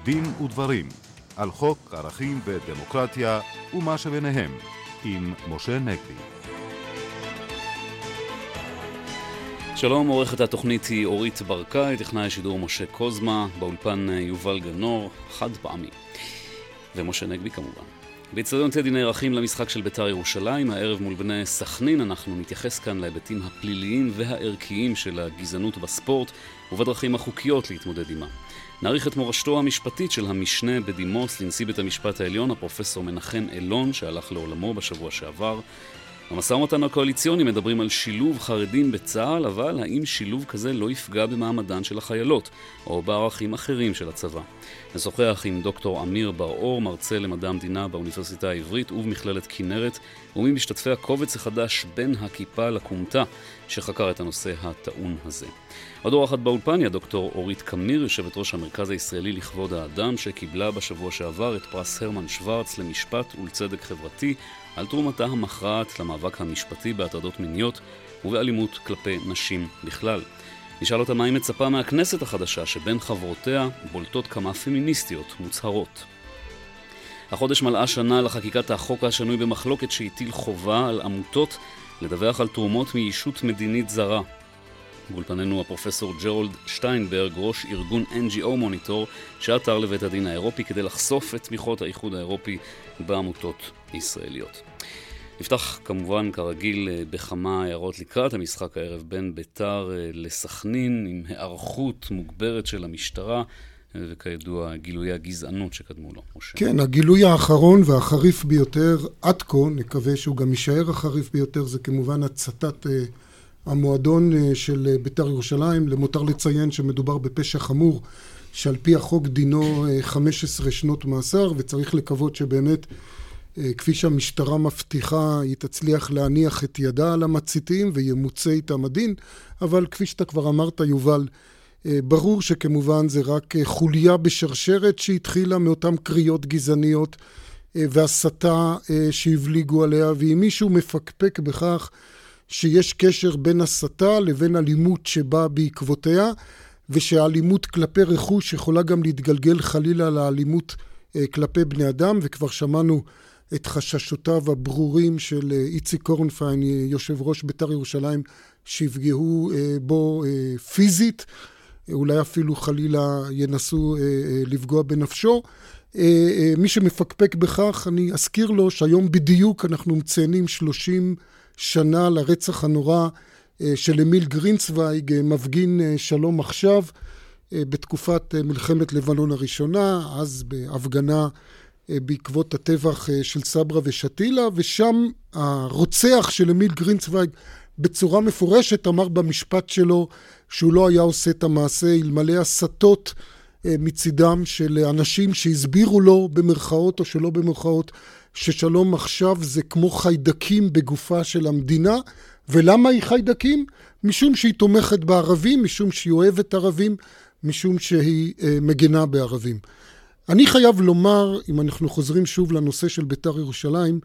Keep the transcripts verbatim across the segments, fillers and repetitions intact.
דין ודברים על חוק ערכים ודמוקרטיה ומה שביניהם עם משה נגבי. שלום, עורכת התוכנית היא אורית ברקאי, טכנאי שידור משה קוזמה, באולפן יובל גנור, חד פעמי. ומשה נגבי כמובן. באצטדיון טדי נערכים למשחק של בית"ר ירושלים, הערב מול בני סכנין. אנחנו נתייחס כאן להיבטים הפליליים והערכיים של הגזענות בספורט ובדרכים החוקיות להתמודד עימה. נעריך את מורשתו המשפטית של המשנה בדימוס לנשיא בית המשפט העליון, הפרופסור מנחם אלון, שהלך לעולמו בשבוע שעבר. במשא ומתן הקואליציוני מדברים על שילוב חרדים בצה"ל, אבל האם שילוב כזה לא יפגע במעמדן של החיילות או בערכים אחרים של הצבא? נשוחח עם דוקטור אמיר בר-אור, מרצה למדע המדינה באוניברסיטה העברית ובמכללת כנרת, וממשתתפי הקובץ החדש בין הכיפה לקומתה, שחקר את הנושא הטעון הזה. עוד אורחת באולפן היא דוקטור אורית קמיר, יושבת ראש המרכז הישראלי לכבוד האדם, שקיבלה בשבוע שעבר את פרס הרמן שוורץ למשפט ולצדק חברתי, על תרומתה המכרעת למאבק המשפטי בהטרדות מיניות ובאלימות כלפי נשים בכלל. נשאל אותה מה היא מצפה מהכנסת החדשה, שבין חברותיה בולטות כמה פמיניסטיות מוצהרות. החודש מלאה שנה לחקיקת החוק השנוי במחלוקת שהטיל חובה על עמותות לדווח על תרומות מישות מדינית זרה. באולפנינו הפרופסור ג'רולד שטיינברג, ראש ארגון אן ג'י או מוניטור, שעתר לבית הדין האירופי כדי לחשוף את תמיכות האיחוד האירופי בעמותות ישראליות. נפתח כמובן כרגיל בכמה הערות לקראת המשחק הערב בין בית"ר לסכנין, עם הערכות מוגברת של המשטרה, וכידוע גילויי הגזענות שקדמו לו. משה. כן, הגילוי האחרון והחריף ביותר עד כה, נקווה שהוא גם יישאר החריף ביותר, זה כמובן הצתת המועדון של בית"ר ירושלים. למותר לציין שמדובר בפשע חמור, שעל פי החוק דינו חמש עשרה שנות מאסר, וצריך לקוות שבאמת כפי שהמשטרה מבטיחה היא תצליח להניח את ידה על המציתים וימוצא איתם הדין, אבל כפי שאתה כבר אמרת יובל, ברור שכמובן זה רק חוליה בשרשרת שהתחילה מאותם קריאות גזעניות והסתה שהבליגו עליה, ואם מישהו מפקפק בכך שיש קשר בין הסתה לבין אלימות שבאה בעקבותיה, ושהאלימות כלפי רכוש יכולה גם להתגלגל חלילה לאלימות כלפי בני אדם, וכבר שמענו את חששותיו הברורים של איציק קורנפיין, יושב ראש בית"ר ירושלים, שיפגעו בו פיזית, אולי אפילו חלילה ינסו לפגוע בנפשו. מי שמפקפק בכך, אני אזכיר לו שהיום בדיוק אנחנו מציינים שלושים שנה לרצח הנורא של אמיל גרינצוויג, מפגין שלום עכשיו, בתקופת מלחמת לבנון הראשונה, אז בהפגנה בעקבות הטבח של סברה ושתילה, ושם הרוצח של אמיל גרינצוויג בצורה מפורשת אמר במשפט שלו שהוא לא היה עושה את המעשה אלמלא הסתות מצידם של אנשים שהסבירו לו במרכאות או שלא במרכאות ששלום עכשיו זה כמו חיידקים בגופה של המדינה. ולמה היא חיידקים? משום שהיא תומכת בערבים, משום שהיא אוהבת ערבים, משום שהיא מגנה בערבים. אני חייב לומר, אם אנחנו חוזרים שוב לנושא של בית"ר ירושלים,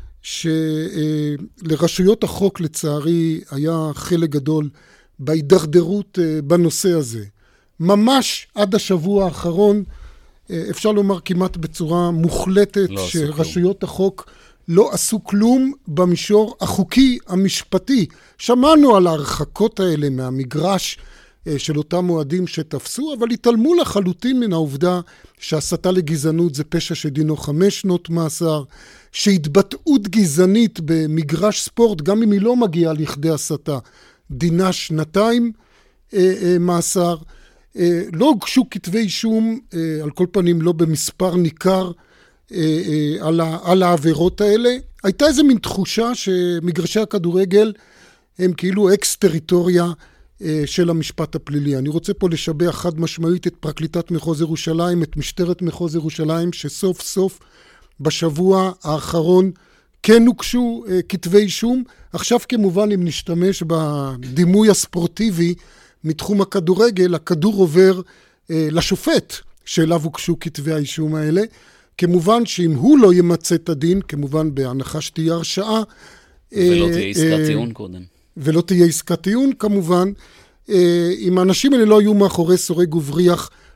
שלרשויות החוק לצערי היה חלק גדול בהידרדרות בנושא הזה. ממש עד השבוע האחרון, אפשר לומר כמעט בצורה מוחלטת, לא שרשויות החוק לא עשו כלום במישור החוקי המשפטי. שמענו על ההרחקות האלה מהמגרש של אותם מועדים שתפסו, אבל התעלמו לחלוטין מן העובדה שהסתה לגזענות זה פשע שדינו חמש שנות מאסר, שהתבטאות גזענית במגרש ספורט, גם אם היא לא מגיעה לכדי הסתה, דינה שנתיים אה, אה, מאסר. אה, לא הוגשו כתבי אישום, אה, על כל פנים לא במספר ניכר, אה, אה, על, ה, על העבירות האלה. הייתה איזה מין תחושה שמגרשי הכדורגל הם כאילו אקס-טריטוריה של המשפט הפלילי. אני רוצה פה לשבח חד משמעית את פרקליטת מחוז ירושלים, את משטרת מחוז ירושלים, שסוף סוף בשבוע האחרון כן הוגשו כתבי אישום. עכשיו כמובן אם נשתמש בדימוי הספורטיבי מתחום הכדורגל, הכדור עובר לשופט שאליו הוגשו כתבי האישום האלה. כמובן שאם הוא לא ימצא את הדין, כמובן בהנחה שתהיה הרשעה, ולא תהיה עסקת טיעון קודם. ולא תהיה עסקת טיעון כמובן, אם האנשים האלה לא היו מאחורי סורג ובריח,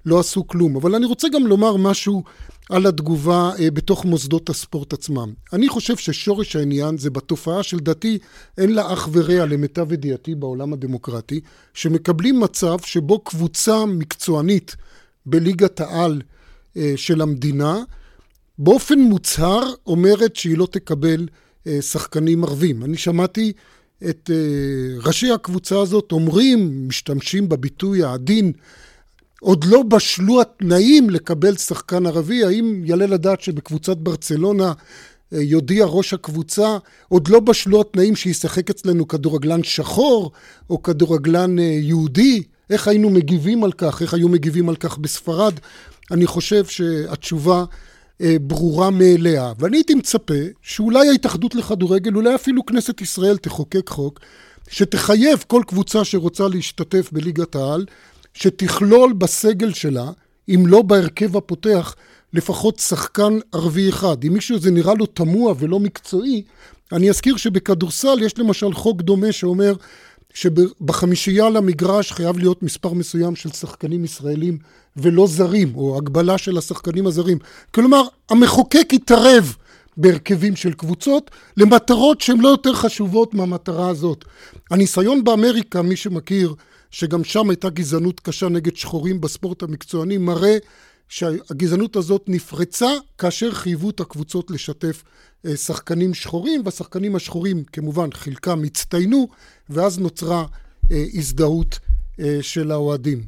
לא עשו כלום. אבל אני רוצה גם לומר משהו על התגובה בתוך מוסדות הספורט עצמם. אני חושב ששורש העניין זה בתופעה של דתי, אין לה אח ורע למיטב ידיעתי בעולם הדמוקרטי, שמקבלים מצב שבו קבוצה מקצוענית בליגת העל של המדינה, באופן מוצהר אומרת שהיא לא תקבל שחקנים ערבים. אני שמעתי את ראשי הקבוצה הזאת אומרים, משתמשים בביטוי העדין, עוד לא בשלו התנאים לקבל שחקן ערבי. האם יעלה לדעת שבקבוצת ברצלונה יודיע ראש הקבוצה, עוד לא בשלו התנאים שישחק אצלנו כדורגלן שחור או כדורגלן יהודי? איך היינו מגיבים על כך? איך היו מגיבים על כך בספרד? אני חושב שהתשובה ברורה מאליה, ואני הייתי מצפה שאולי ההתאחדות לכדורגל, אולי אפילו כנסת ישראל תחוקק חוק, שתחייב כל קבוצה שרוצה להשתתף בליגת העל, שתכלול בסגל שלה, אם לא בהרכב הפותח, לפחות שחקן ערבי אחד. אם מישהו זה נראה לו תמוה ולא מקצועי, אני אזכיר שבכדורסל יש למשל חוק דומה שאומר שבחמישייה למגרש חייב להיות מספר מסוים של שחקנים ישראלים ולא זרים, או הגבלה של השחקנים הזרים. כלומר, המחוקק יתערב בהרכבים של קבוצות למטרות שהן לא יותר חשובות מהמטרה הזאת. הניסיון באמריקה, מי שמכיר, שגם שם הייתה גזענות קשה נגד שחורים בספורט המקצועני, מראה שהגזענות הזאת נפרצה כאשר חייבו את הקבוצות לשתף שחקנים שחורים, והשחקנים השחורים כמובן חלקם הצטיינו, ואז נוצרה הזדהות של האוהדים.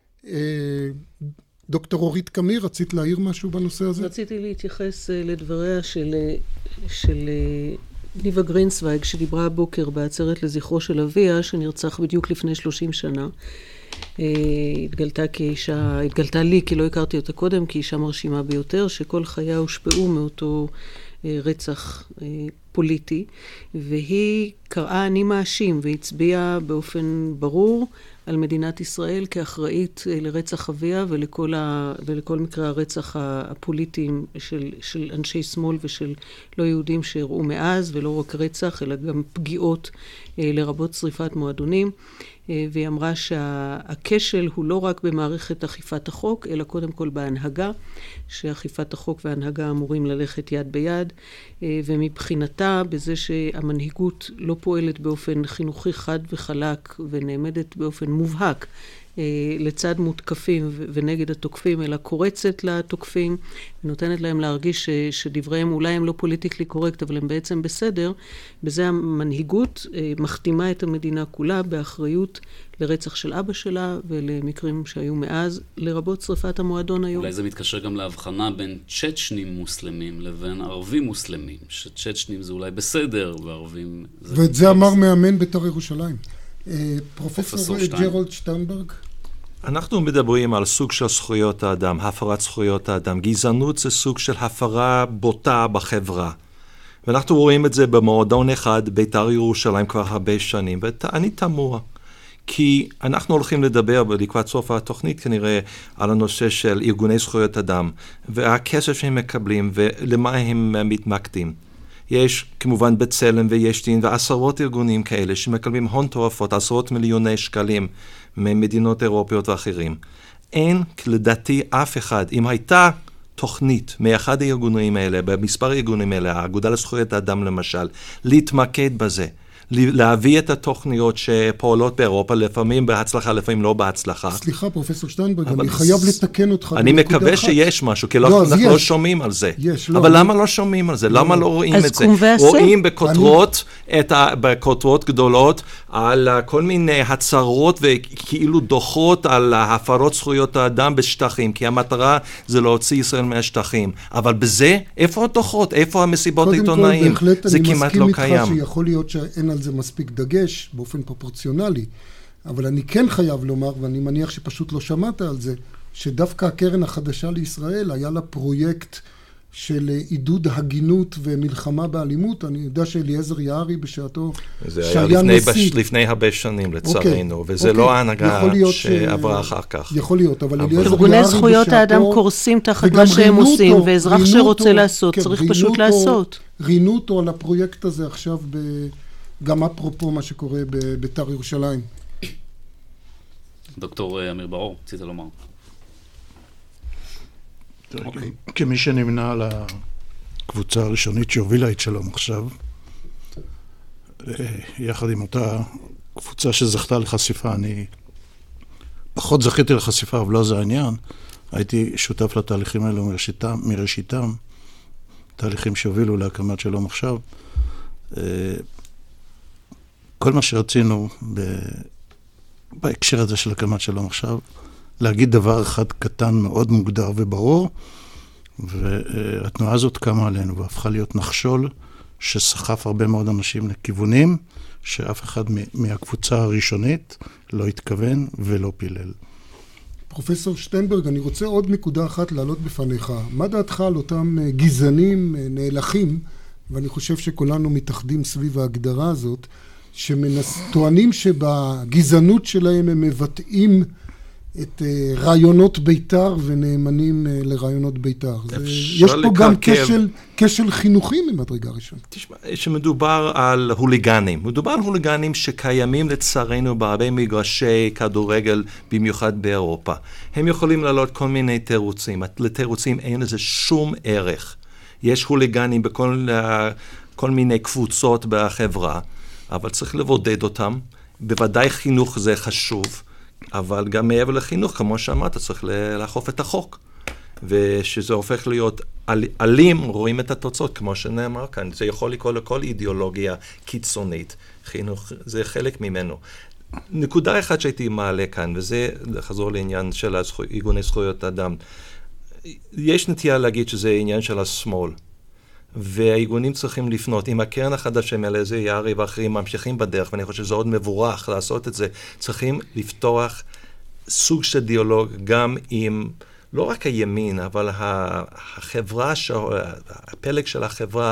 דוקטור אורית קמיר, רצית להעיר משהו בנושא הזה? רציתי להתייחס לדבריה של, של ניבה גרינסוויג, שדיברה הבוקר בעצרת לזכרו של אביה, שנרצח בדיוק לפני שלושים שנה. התגלתה כאישה, התגלתה לי, כי לא הכרתי אותה קודם, כאישה מרשימה ביותר, שכל חייה הושפעו מאותו רצח פוליטי, והיא קראה אני מאשים, והצביעה באופן ברור על מדינת ישראל כאחראית לרצח אביה ולכל, ה, ולכל מקרה הרצח הפוליטיים של, של אנשי שמאל ושל לא יהודים שהראו מאז, ולא רק רצח, אלא גם פגיעות לרבות שריפת מועדונים. והיא אמרה שהכשל הוא לא רק במערכת אכיפת החוק, אלא קודם כל בהנהגה, שאכיפת החוק וההנהגה אמורים ללכת יד ביד, ומבחינתה בזה שהמנהיגות לא פועלת באופן חינוכי חד וחלק, ונעמדת באופן מובהק לצד מותקפים ונגד התוקפים, אלא קורצת לתוקפים, ונותנת להם להרגיש ש, שדבריהם אולי הם לא פוליטיקלי קורקט, אבל הם בעצם בסדר. בזה המנהיגות מחתימה את המדינה כולה באחריות לרצח של אבא שלה ולמקרים שהיו מאז, לרבות שריפת המועדון היום. אולי זה מתקשר גם להבחנה בין צ'צ'נים מוסלמים לבין ערבים מוסלמים, שצ'צ'נים זה אולי בסדר, וערבים... ואת זה אמר מאמן בית"ר ירושלים. פרופסור ג'רולד שטיינברג. אנחנו מדברים על סוג של זכויות האדם, הפרת זכויות האדם. גזענות זה סוג של הפרה בוטה בחברה. ואנחנו רואים את זה במועדון אחד, בית"ר ירושלים, כבר הרבה שנים. ואני תמוה, כי אנחנו הולכים לדבר לקראת סוף התוכנית כנראה על הנושא של ארגוני זכויות אדם, והכסף שהם מקבלים ולמה הם מתמקדים. יש כמובן בצלם ויש דין ועשרות ארגונים כאלה שמקבלים הון תועפות, עשרות מיליוני שקלים ממדינות אירופיות ואחרים. אין לדעתי אף אחד, אם הייתה תוכנית מאחד הארגונים האלה, במספר הארגונים האלה, האגודה לזכויות האדם למשל, להתמקד בזה, להביא את התוכניות שפועלות באירופה, לפעמים בהצלחה, לפעמים לא בהצלחה. סליחה, פרופסור שטיינברג, אני חייב לתקן אותך. אני מקווה שיש משהו, כי אנחנו לא שומעים על זה. אבל למה לא שומעים על זה? למה לא רואים את זה? רואים בכותרות גדולות על כל מיני הצהרות וכאילו דוחות על הפרות זכויות האדם בשטחים, כי המטרה זה להוציא ישראל מהשטחים. אבל בזה, איפה הדוחות? איפה המסיבות העיתונאים? זה כמעט לא קיים. שיכול להיות שאין על זה מספיק דגש באופן פרופורציונלי, אבל אני כן חייב לומר, ואני מניח שפשוט לא שמעת על זה, שדווקא הקרן החדשה לישראל היה לה פרויקט של עידוד הגינות ומלחמה באלימות. אני יודע שאליעזר יערי בשעתו שהיה לפני, בש... לפני הרבה שנים לצערנו, okay, וזה okay. לא ההנהגה שעברה ש... אחר כך. יכול להיות, אבל אליעזר יערי בשעתו... ארגוני זכויות האדם קורסים תחת מה שהם עושים, ואזרח שרוצה לעשות, כן, צריך פשוט לעשות. רינו אותו על הפרויקט הזה עכשיו, ב... גם אפרופו מה שקורה בבית"ר ירושלים. דוקטור אמיר בר-אור, רצית לומר. אוקיי. כמי שנמנה על הקבוצה הראשונית שהובילה את שלום עכשיו, יחד עם אותה קבוצה שזכתה לחשיפה, אני פחות זכיתי לחשיפה, אבל לא זה העניין. הייתי שותף לתהליכים האלו מראשיתם, מראשיתם, תהליכים שהובילו להקמת שלום עכשיו. כל מה שרצינו בהקשר הזה של הקמת שלום עכשיו, להגיד דבר אחד קטן מאוד מוגדר וברור, והתנועה הזאת קמה עלינו והפכה להיות נחשול שסחף הרבה מאוד אנשים לכיוונים שאף אחד מהקבוצה הראשונית לא התכוון ולא פילל. פרופסור שטיינברג, אני רוצה עוד נקודה אחת להעלות בפניך. מה דעתך על אותם גזענים נאלחים, ואני חושב שכולנו מתאחדים סביב ההגדרה הזאת, שטוענים שבגזענות שלהם הם מבטאים את רעיונות בית"ר ונאמנים לרעיונות בית"ר. יש פה גם כשל, כשל חינוכי ממדרגה ראשונה. תשמע, שמדובר על הוליגנים. מדובר על הוליגנים שקיימים לצערנו בהרבה מגרשי כדורגל, במיוחד באירופה. הם יכולים לעלות כל מיני תירוצים. לתירוצים אין לזה שום ערך. יש הוליגנים בכל כל מיני קבוצות בחברה, אבל צריך לבודד אותם. בוודאי חינוך זה חשוב. אבל גם מעבר לחינוך, כמו שאמרת, צריך לאכוף את החוק. ושזה הופך להיות אלים, רואים את התוצאות, כמו שנאמר כאן. זה יכול לקרוא לכל אידיאולוגיה קיצונית. חינוך זה חלק ממנו. נקודה אחת שהייתי מעלה כאן, וזה לחזור לעניין של ארגוני זכויות אדם. יש נטייה להגיד שזה עניין של השמאל. והארגונים צריכים לפנות. עם הקרן החדשה מלזה יערי ואחרים ממשיכים בדרך, ואני חושב שזה עוד מבורך לעשות את זה. צריכים לפתוח סוג של דיאלוג גם עם, לא רק הימין, אבל החברה, הפלג של החברה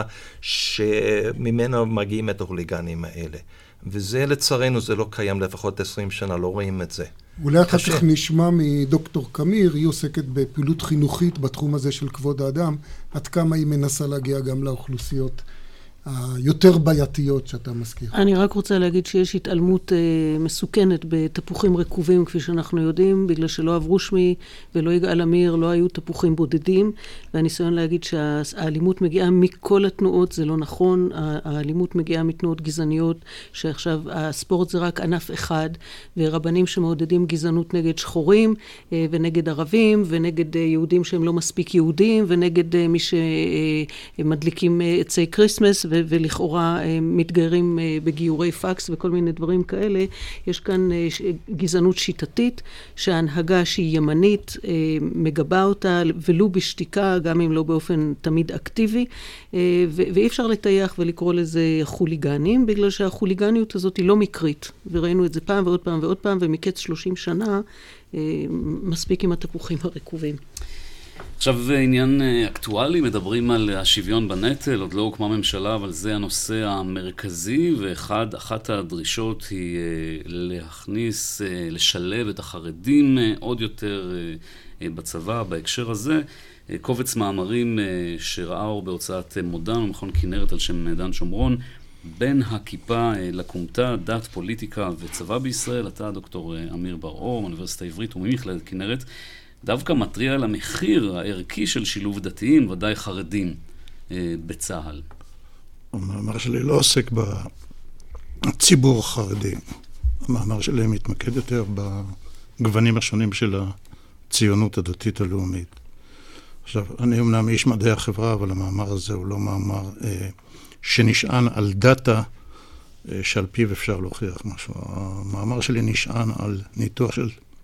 שממנו מגיעים את ההוליגנים האלה. וזה לצערנו, זה לא קיים לפחות עשרים שנה, לא רואים את זה. אולי אחר כך נשמע מדוקטור קמיר, היא עוסקת בפעילות חינוכית בתחום הזה של כבוד האדם, עד כמה היא מנסה להגיע גם לאוכלוסיות היותר בעייתיות שאתה מזכיר. אני רק רוצה להגיד שיש התעלמות אה, מסוכנת בתפוחים רקובים, כפי שאנחנו יודעים, בגלל שלא עברו שמי ולא יגאל אמיר, לא היו תפוחים בודדים, והניסיון להגיד שהאלימות מגיעה מכל התנועות, זה לא נכון, האלימות מגיעה מתנועות גזעניות, שעכשיו הספורט זה רק ענף אחד, ורבנים שמעודדים גזענות נגד שחורים, אה, ונגד ערבים, ונגד אה, יהודים שהם לא מספיק יהודים, ונגד אה, מי שמדליקים אה, עצי קריסמס, ולכאורה מתגיירים בגיורי פקס וכל מיני דברים כאלה. יש כאן גזענות שיטתית, שההנהגה שהיא ימנית מגבה אותה, ולו בשתיקה, גם אם לא באופן תמיד אקטיבי, ואי אפשר לטייח ולקרוא לזה חוליגנים, בגלל שהחוליגניות הזאת היא לא מקרית, וראינו את זה פעם ועוד פעם ועוד פעם, ומקץ שלושים שנה מספיק עם התפוחים הרקובים. עכשיו עניין אקטואלי, מדברים על השוויון בנטל, עוד לא הוקמה ממשלה, אבל זה הנושא המרכזי, ואחת הדרישות היא להכניס, לשלב את החרדים עוד יותר בצבא, בהקשר הזה. קובץ מאמרים שראה אור בהוצאת מודן, ומכון כנרת על שם דן שומרון, בין הכיפה לקומתה, דת, פוליטיקה וצבא בישראל. אתה דוקטור אמיר בר-אור, מאוניברסיטה העברית וממכללת כנרת, דווקא מטריע על המחיר הערכי של שילוב דתיים, ודאי חרדים, אה, בצהל. המאמר שלי לא עוסק בציבור החרדי. המאמר שלי מתמקד יותר בגוונים השונים של הציונות הדתית הלאומית. עכשיו, אני אמנם איש מדעי החברה, אבל המאמר הזה הוא לא מאמר אה, שנשען על דאטה אה, שעל פיו אפשר להוכיח משהו. המאמר שלי נשען על ניתוח של